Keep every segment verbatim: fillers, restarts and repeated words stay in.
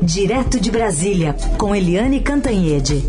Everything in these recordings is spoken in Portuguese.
Direto de Brasília, com Eliane Cantanhede.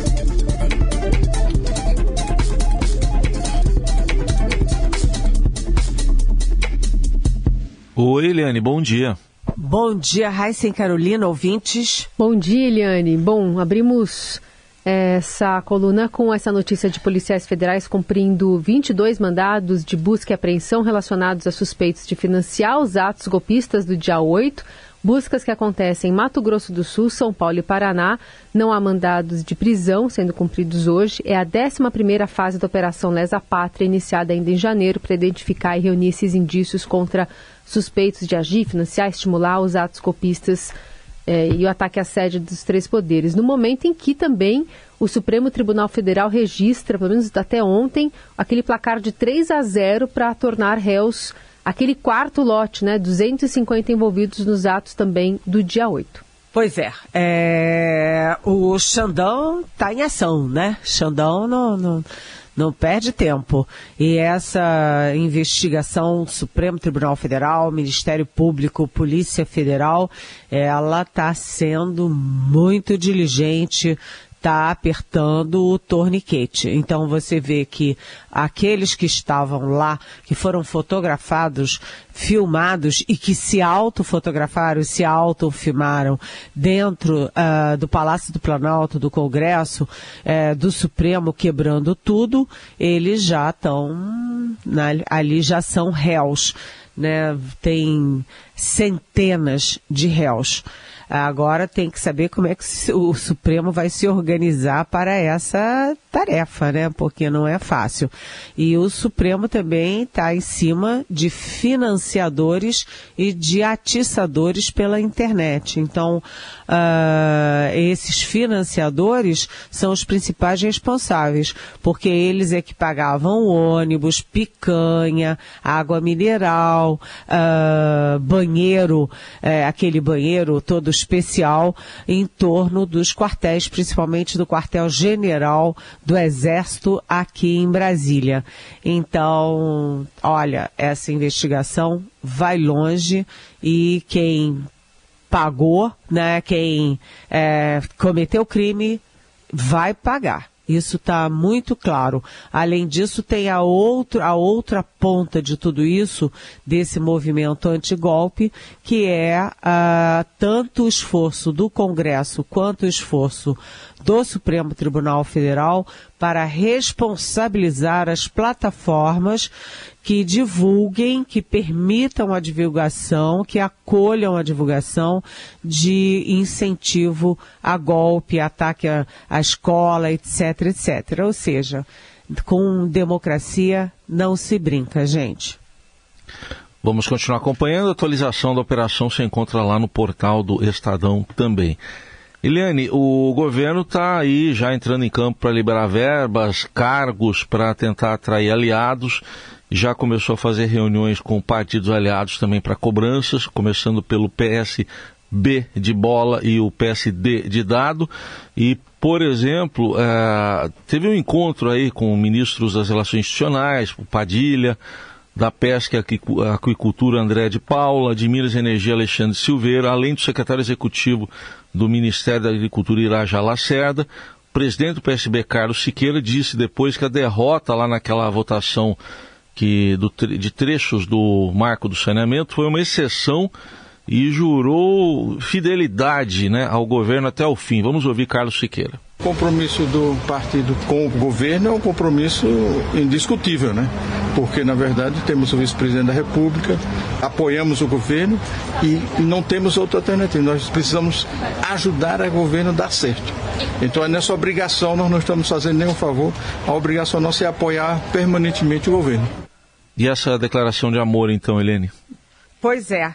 Oi, Eliane, bom dia. Bom dia, Raíssa e Carolina, ouvintes. Bom dia, Eliane. Bom, abrimos essa coluna com essa notícia de policiais federais cumprindo vinte e dois mandados de busca e apreensão relacionados a suspeitos de financiar os atos golpistas do dia oito. Buscas que acontecem em Mato Grosso do Sul, São Paulo e Paraná. Não há mandados de prisão sendo cumpridos hoje. É a décima primeira fase da Operação Lesa Pátria, iniciada ainda em janeiro, para identificar e reunir esses indícios contra suspeitos de agir, financiar, estimular os atos golpistas eh, e o ataque à sede dos três poderes. No momento em que também o Supremo Tribunal Federal registra, pelo menos até ontem, aquele placar de três a zero para tornar réus aquele quarto lote, né, duzentos e cinquenta envolvidos nos atos também do dia oito. Pois é, é o Xandão está em ação, né? Xandão não, não, não perde tempo. E essa investigação, Supremo Tribunal Federal, Ministério Público, Polícia Federal, ela está sendo muito diligente, está apertando o torniquete. Então você vê que aqueles que estavam lá, que foram fotografados, filmados e que se autofotografaram, se autofilmaram dentro uh, do Palácio do Planalto, do Congresso, uh, do Supremo, quebrando tudo, eles já estão, ali já são réus, né? Tem centenas de réus. Agora tem que saber como é que o Supremo vai se organizar para essa tarefa, né? Porque não é fácil. E o Supremo também está em cima de financiadores e de atiçadores pela internet. Então, uh, esses financiadores são os principais responsáveis, porque eles é que pagavam ônibus, picanha, água mineral, uh, banheiro, uh, aquele banheiro todo especial em torno dos quartéis, principalmente do quartel-general do Exército aqui em Brasília. Então, olha, essa investigação vai longe e quem pagou, né, quem é, cometeu crime vai pagar. Isso está muito claro. Além disso, tem a, outro, a outra ponta de tudo isso, desse movimento antigolpe, que é uh, tanto o esforço do Congresso quanto o esforço do Supremo Tribunal Federal para responsabilizar as plataformas que divulguem, que permitam a divulgação, que acolham a divulgação de incentivo a golpe, ataque à, à escola, etc, etcétera. Ou seja, com democracia não se brinca, gente. Vamos continuar acompanhando. A atualização da operação se encontra lá no portal do Estadão também. Eliane, o governo está aí já entrando em campo para liberar verbas, cargos, para tentar atrair aliados. Já começou a fazer reuniões com partidos aliados também para cobranças, começando pelo P S B de bola e o P S D de dado. E, por exemplo, é, teve um encontro aí com ministros das Relações Institucionais, o Padilha, da Pesca e Aquicultura André de Paula, de Minas e Energia Alexandre Silveira, além do secretário executivo do Ministério da Agricultura Irajá Lacerda. O presidente do P S B, Carlos Siqueira, disse depois que a derrota lá naquela votação que, do, de trechos do marco do saneamento foi uma exceção e jurou fidelidade, né, ao governo até o fim. Vamos ouvir Carlos Siqueira. O compromisso do partido com o governo é um compromisso indiscutível, né? Porque, na verdade, temos o vice-presidente da República, apoiamos o governo e não temos outra alternativa. Nós precisamos ajudar o governo a dar certo. Então, é nessa obrigação, nós não estamos fazendo nenhum favor. A obrigação nossa é apoiar permanentemente o governo. E essa declaração de amor, então, Eliane? Pois é.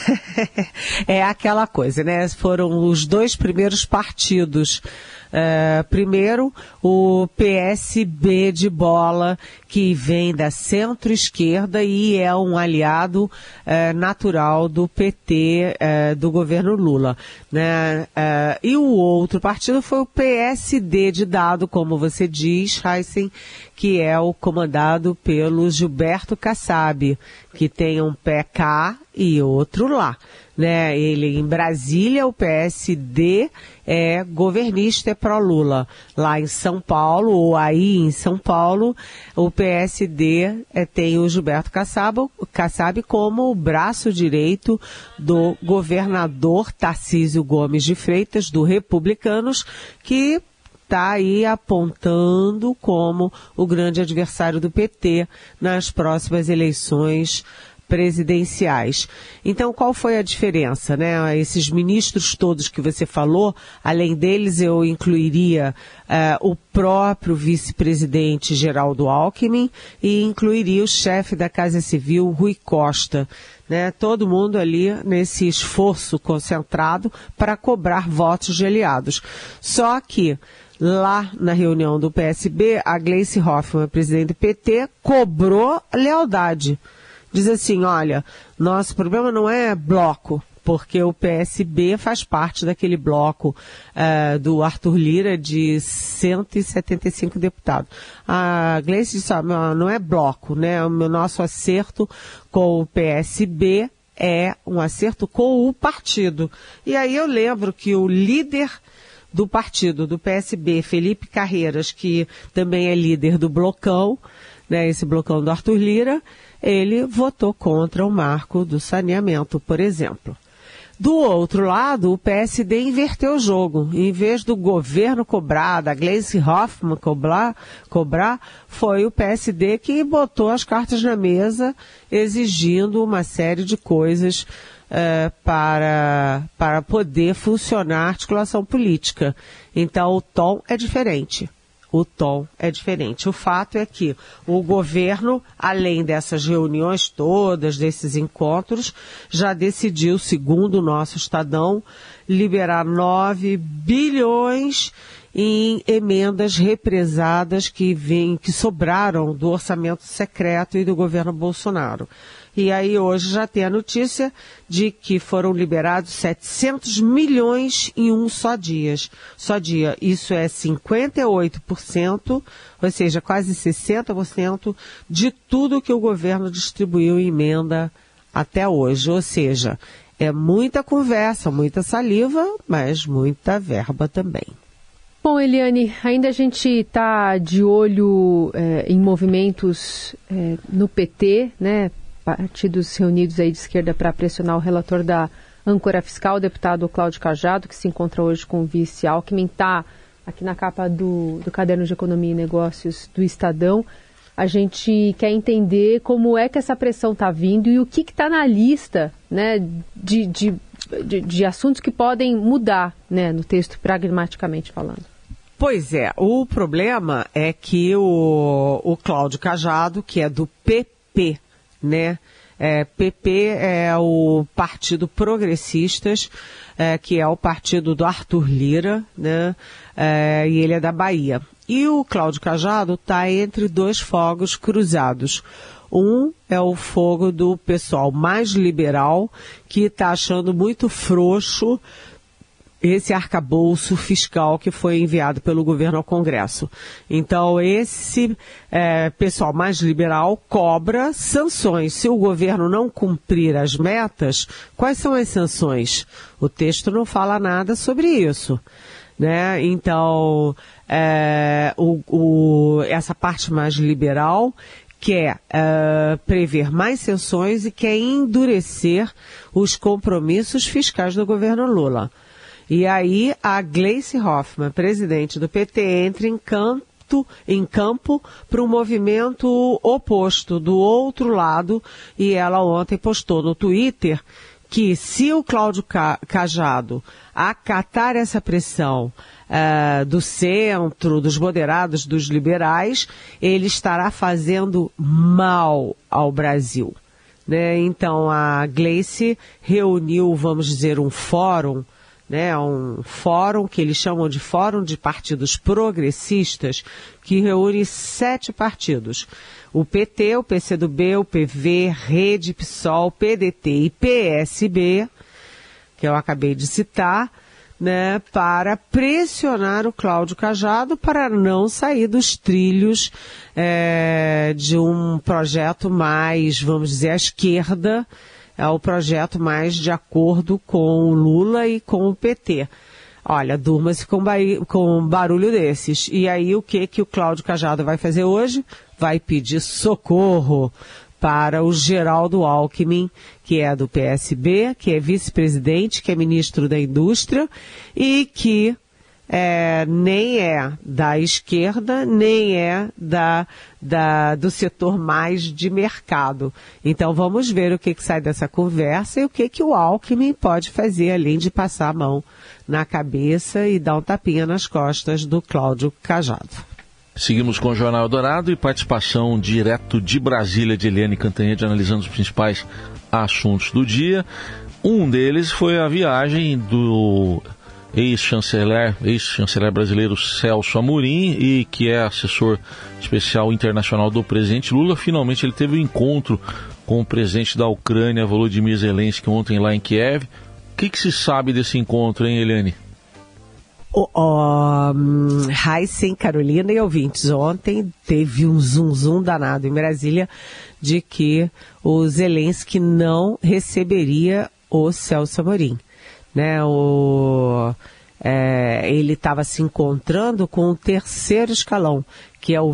É aquela coisa, né? Foram os dois primeiros partidos. Uh, primeiro, o P S B de bola, que vem da centro-esquerda e é um aliado uh, natural do P T, uh, do governo Lula, né? Uh, e o outro partido foi o P S D de dado, como você diz, Heisen, que é o comandado pelo Gilberto Kassab, que tem um pé cá e outro lá, né? Ele em Brasília, o P S D é governista, é pró-Lula. Lá em São Paulo, ou aí em São Paulo, o P S D é, tem o Gilberto Kassab, Kassab como o braço direito do governador Tarcísio Gomes de Freitas, do Republicanos, que está aí apontando como o grande adversário do P T nas próximas eleições presidenciais. Então, qual foi a diferença, né? Esses ministros todos que você falou, além deles eu incluiria uh, o próprio vice-presidente Geraldo Alckmin e incluiria o chefe da Casa Civil, Rui Costa, né? Todo mundo ali nesse esforço concentrado para cobrar votos de aliados. Só que lá na reunião do P S B, a Gleice Hoffmann, presidente do P T, cobrou lealdade. Diz assim, olha, nosso problema não é bloco, porque o P S B faz parte daquele bloco uh, do Arthur Lira de cento e setenta e cinco deputados. A Gleice disse, ah, não é bloco, né? O nosso acerto com o P S B é um acerto com o partido. E aí eu lembro que o líder do partido, do P S B, Felipe Carreiras, que também é líder do blocão, né, esse blocão do Arthur Lira, ele votou contra o marco do saneamento, por exemplo. Do outro lado, o P S D inverteu o jogo. Em vez do governo cobrar, da Gleice Hoffmann cobrar, cobrar, foi o P S D que botou as cartas na mesa, exigindo uma série de coisas uh, para, para poder funcionar a articulação política. Então, o tom é diferente. O tom é diferente. O fato é que o governo, além dessas reuniões todas, desses encontros, já decidiu, segundo o nosso Estadão, liberar nove bilhões em emendas represadas que, vem, que sobraram do orçamento secreto e do governo Bolsonaro. E aí hoje já tem a notícia de que foram liberados setecentos milhões em um só dia. Só dia. Isso é cinquenta e oito por cento, ou seja, quase sessenta por cento de tudo que o governo distribuiu em emenda até hoje. Ou seja, é muita conversa, muita saliva, mas muita verba também. Bom, Eliane, ainda a gente está de olho é, em movimentos é, no P T, né? Partidos reunidos aí de esquerda para pressionar o relator da âncora fiscal, o deputado Cláudio Cajado, que se encontra hoje com o vice Alckmin, está aqui na capa do, do Caderno de Economia e Negócios do Estadão. A gente quer entender como é que essa pressão está vindo e o que está na lista, né, de, de, de, de assuntos que podem mudar, né, no texto, pragmaticamente falando. Pois é, o problema é que o, o Cláudio Cajado, que é do P P, né? É, P P é o Partido Progressistas, é, que é o partido do Arthur Lira, né? É, e ele é da Bahia. E o Cláudio Cajado está entre dois fogos cruzados. Um é o fogo do pessoal mais liberal, que está achando muito frouxo esse arcabouço fiscal que foi enviado pelo governo ao Congresso. Então, esse é, pessoal mais liberal cobra sanções. Se o governo não cumprir as metas, quais são as sanções? O texto não fala nada sobre isso, né? Então, é, o, o, essa parte mais liberal quer uh, prever mais sanções e quer endurecer os compromissos fiscais do governo Lula. E aí a Gleice Hoffmann, presidente do P T, entra em campo, em campo para um movimento oposto, do outro lado, e ela ontem postou no Twitter que se o Cláudio Cajado acatar essa pressão uh, do centro, dos moderados, dos liberais, ele estará fazendo mal ao Brasil, né? Então a Gleice reuniu, vamos dizer, um fórum, né, um fórum que eles chamam de Fórum de Partidos Progressistas, que reúne sete partidos. O P T, o P C do B, o P V, Rede, PSOL, P D T e P S B, que eu acabei de citar, né, para pressionar o Cláudio Cajado para não sair dos trilhos é, de um projeto mais, vamos dizer, à esquerda, é o projeto mais de acordo com o Lula e com o P T. Olha, durma-se com, com um barulho desses. E aí o que, que o Cláudio Cajado vai fazer hoje? Vai pedir socorro para o Geraldo Alckmin, que é do P S B, que é vice-presidente, que é ministro da Indústria e que é, nem é da esquerda, nem é da, da, do setor mais de mercado. Então vamos ver o que, que sai dessa conversa e o que, que o Alckmin pode fazer, além de passar a mão na cabeça e dar um tapinha nas costas do Cláudio Cajado. Seguimos com o Jornal Dourado e participação direto de Brasília de Eliane Cantanhede, analisando os principais assuntos do dia. Um deles foi a viagem do ex-chanceler, ex-chanceler brasileiro Celso Amorim, e que é assessor especial internacional do presidente Lula. Finalmente ele teve um encontro com o presidente da Ucrânia, Volodymyr Zelensky, ontem lá em Kiev. O que, que se sabe desse encontro, hein, Eliane? O oh, um, Heisen, Carolina e ouvintes, ontem teve um zum zum danado em Brasília de que o Zelensky não receberia o Celso Amorim, né? O, é, ele estava se encontrando com o terceiro escalão, que é o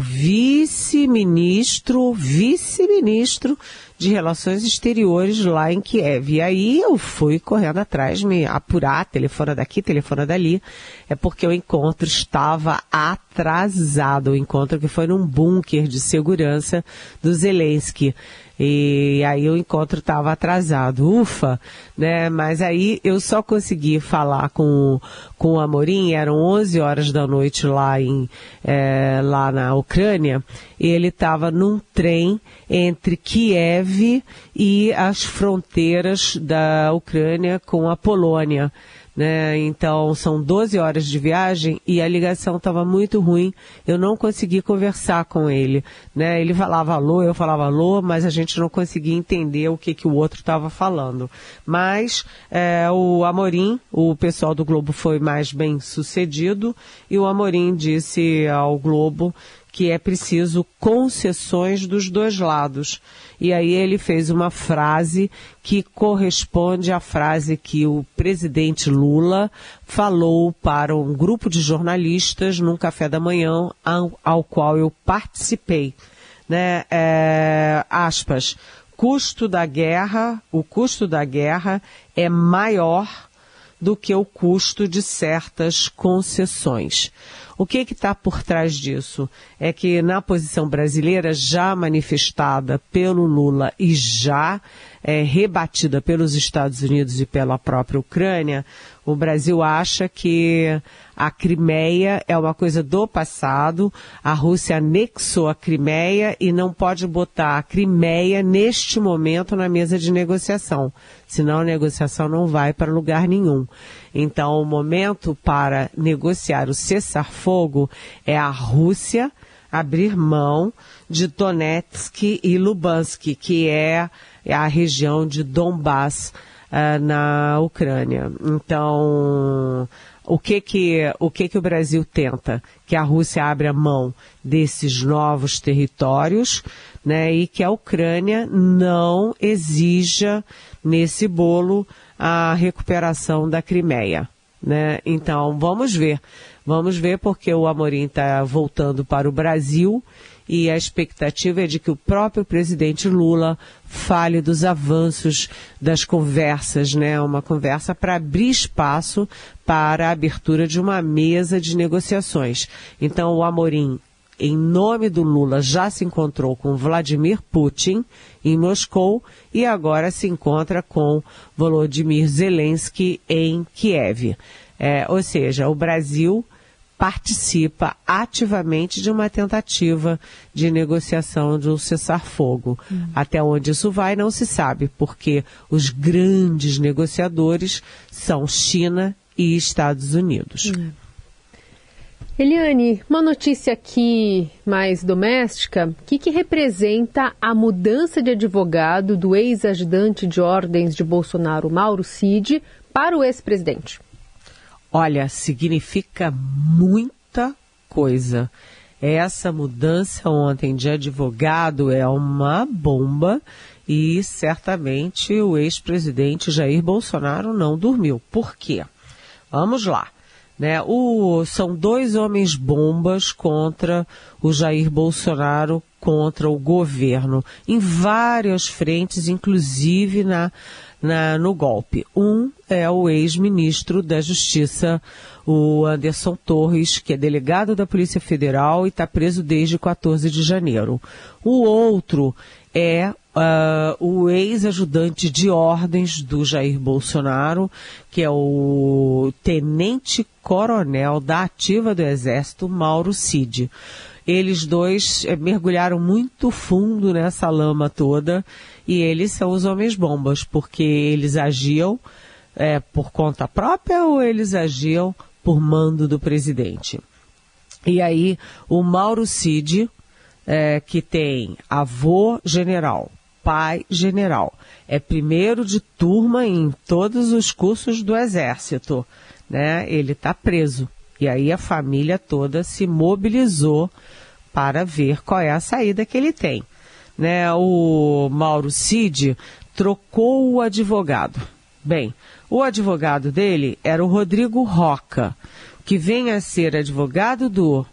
vice-ministro, vice-ministro de Relações Exteriores lá em Kiev. E aí eu fui correndo atrás, me apurar, telefona daqui, telefona dali, é porque o encontro estava atrasado, o encontro que foi num bunker de segurança do Zelensky. E aí o encontro estava atrasado, ufa, né? Mas aí eu só consegui falar com, com o Amorim, eram onze horas da noite lá, em, é, lá na Ucrânia, e ele estava num trem entre Kiev e as fronteiras da Ucrânia com a Polônia, né? Então são doze horas de viagem e a ligação estava muito ruim, eu não consegui conversar com ele, né? Ele falava alô, eu falava alô, mas a gente não conseguia entender o que, que o outro estava falando. Mas é, o Amorim, o pessoal do Globo foi mais bem sucedido e o Amorim disse ao Globo que é preciso concessões dos dois lados. E aí ele fez uma frase que corresponde à frase que o presidente Lula falou para um grupo de jornalistas num café da manhã ao, ao qual eu participei, né? É, aspas, custo da guerra, o custo da guerra é maior do que o custo de certas concessões. O que está por trás disso? É que na posição brasileira, já manifestada pelo Lula e já é, rebatida pelos Estados Unidos e pela própria Ucrânia, o Brasil acha que a Crimeia é uma coisa do passado, a Rússia anexou a Crimeia e não pode botar a Crimeia neste momento na mesa de negociação, senão a negociação não vai para lugar nenhum. Então o momento para negociar o cessar-fogo é a Rússia abrir mão de Donetsk e Luhansk, que é a região de Donbass, uh, na Ucrânia. Então, o que que, o que que o Brasil tenta? Que a Rússia abra mão desses novos territórios, né, e que a Ucrânia não exija nesse bolo a recuperação da Crimeia, né? Então, vamos ver. Vamos ver porque o Amorim está voltando para o Brasil e a expectativa é de que o próprio presidente Lula fale dos avanços das conversas, né? Uma conversa para abrir espaço para a abertura de uma mesa de negociações. Então, o Amorim, em nome do Lula, já se encontrou com Vladimir Putin em Moscou e agora se encontra com Volodymyr Zelensky em Kiev. É, ou seja, o Brasil participa ativamente de uma tentativa de negociação de um cessar-fogo. Hum. Até onde isso vai não se sabe, porque os grandes negociadores são China e Estados Unidos. Hum. Eliane, uma notícia aqui mais doméstica, o que, que representa a mudança de advogado do ex-ajudante de ordens de Bolsonaro, Mauro Cid, para o ex-presidente? Olha, significa muita coisa. essa mudança ontem de advogado é uma bomba e certamente o ex-presidente Jair Bolsonaro não dormiu. Por quê? Vamos lá. Né, o, são dois homens bombas contra o Jair Bolsonaro, contra o governo, em várias frentes, inclusive na, na, no golpe. Um é o ex-ministro da Justiça, o Anderson Torres, que é delegado da Polícia Federal e está preso desde quatorze de janeiro. O outro é Uh, o ex-ajudante de ordens do Jair Bolsonaro, que é o tenente-coronel da ativa do Exército, Mauro Cid. Eles dois eh, mergulharam muito fundo nessa lama toda e eles são os homens-bombas, porque eles agiam eh, por conta própria ou eles agiam por mando do presidente. E aí, o Mauro Cid, eh, que tem avô general, pai general, é primeiro de turma em todos os cursos do Exército, né? Ele está preso. E aí a família toda se mobilizou para ver qual é a saída que ele tem. Né? O Mauro Cid trocou o advogado. Bem, o advogado dele era o Rodrigo Rocha, que vem a ser advogado do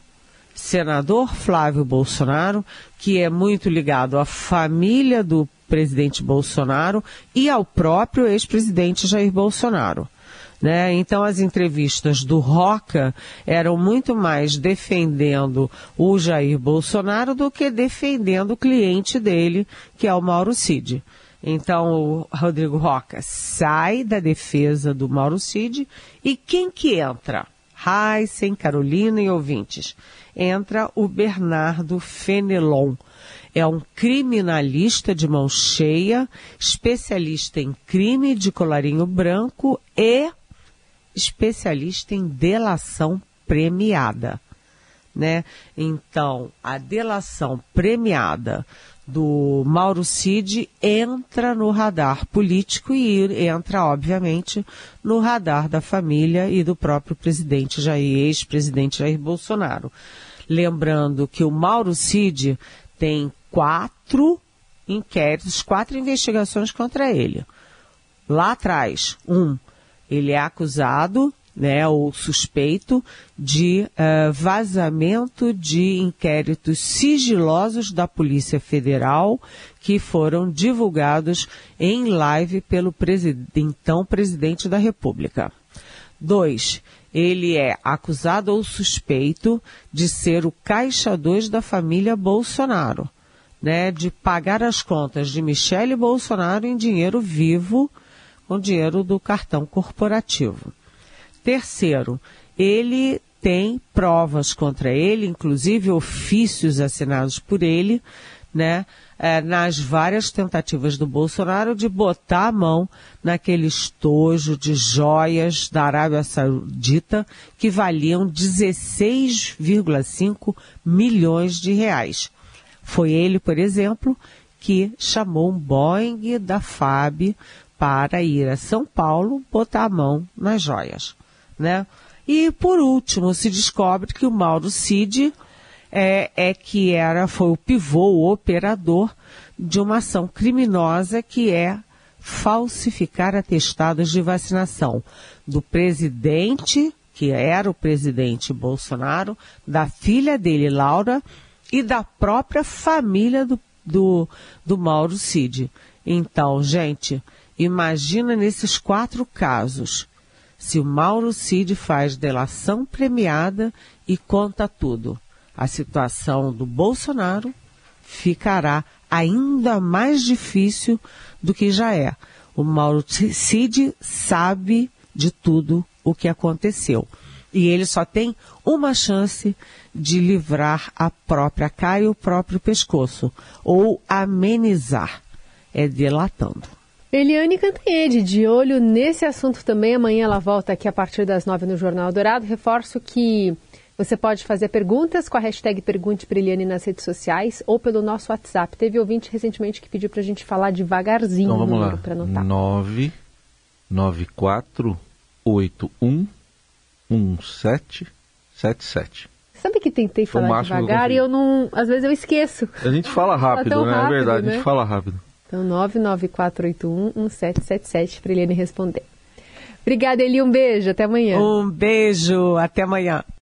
senador Flávio Bolsonaro, que é muito ligado à família do presidente Bolsonaro e ao próprio ex-presidente Jair Bolsonaro. Né? Então as entrevistas do Rocha eram muito mais defendendo o Jair Bolsonaro do que defendendo o cliente dele, que é o Mauro Cid. Então o Rodrigo Rocha sai da defesa do Mauro Cid e quem que entra? Heisen, Carolina e ouvintes. Entra o Bernardo Fenelon. É um criminalista de mão cheia, especialista em crime de colarinho branco e especialista em delação premiada. Né? Então, a delação premiada do Mauro Cid entra no radar político e entra, obviamente, no radar da família e do próprio presidente Jair, ex-presidente Jair Bolsonaro. Lembrando que o Mauro Cid tem quatro inquéritos, quatro investigações contra ele. Lá atrás, um, ele é acusado, né, ou suspeito de uh, vazamento de inquéritos sigilosos da Polícia Federal que foram divulgados em live pelo preside- então presidente da República. Dois, ele é acusado ou suspeito de ser o caixa dois da família Bolsonaro, né, de pagar as contas de Michele Bolsonaro em dinheiro vivo, com dinheiro do cartão corporativo. Terceiro, ele tem provas contra ele, inclusive ofícios assinados por ele, né, eh, nas várias tentativas do Bolsonaro de botar a mão naquele estojo de joias da Arábia Saudita que valiam dezesseis vírgula cinco milhões de reais. Foi ele, por exemplo, que chamou um Boeing da F A B para ir a São Paulo botar a mão nas joias. Né? E, por último, se descobre que o Mauro Cid é, é que era, foi o pivô, o operador de uma ação criminosa que é falsificar atestados de vacinação do presidente, que era o presidente Bolsonaro, da filha dele, Laura, e da própria família do, do, do Mauro Cid. Então, gente, imagina nesses quatro casos, se o Mauro Cid faz delação premiada e conta tudo, a situação do Bolsonaro ficará ainda mais difícil do que já é. O Mauro Cid sabe de tudo o que aconteceu. E ele só tem uma chance de livrar a própria cara e o próprio pescoço, ou amenizar, é delatando. Eliane Cantanhede, de olho nesse assunto também. Amanhã ela volta aqui a partir das nove no Jornal Dourado. Reforço que você pode fazer perguntas com a hashtag Pergunte para Eliane nas redes sociais ou pelo nosso WhatsApp. Teve ouvinte recentemente que pediu para a gente falar devagarzinho. Então vamos o número lá, para anotar. nove nove quatro oito um um sete sete sete. Sabe que tentei falar devagar e eu não... Às vezes eu esqueço. A gente fala rápido, fala né? rápido, É verdade, né? a gente fala rápido. Então, nove nove quatro oito um, um sete sete sete para Eliane responder. Obrigada, Eli. Um beijo. Até amanhã. Um beijo. Até amanhã.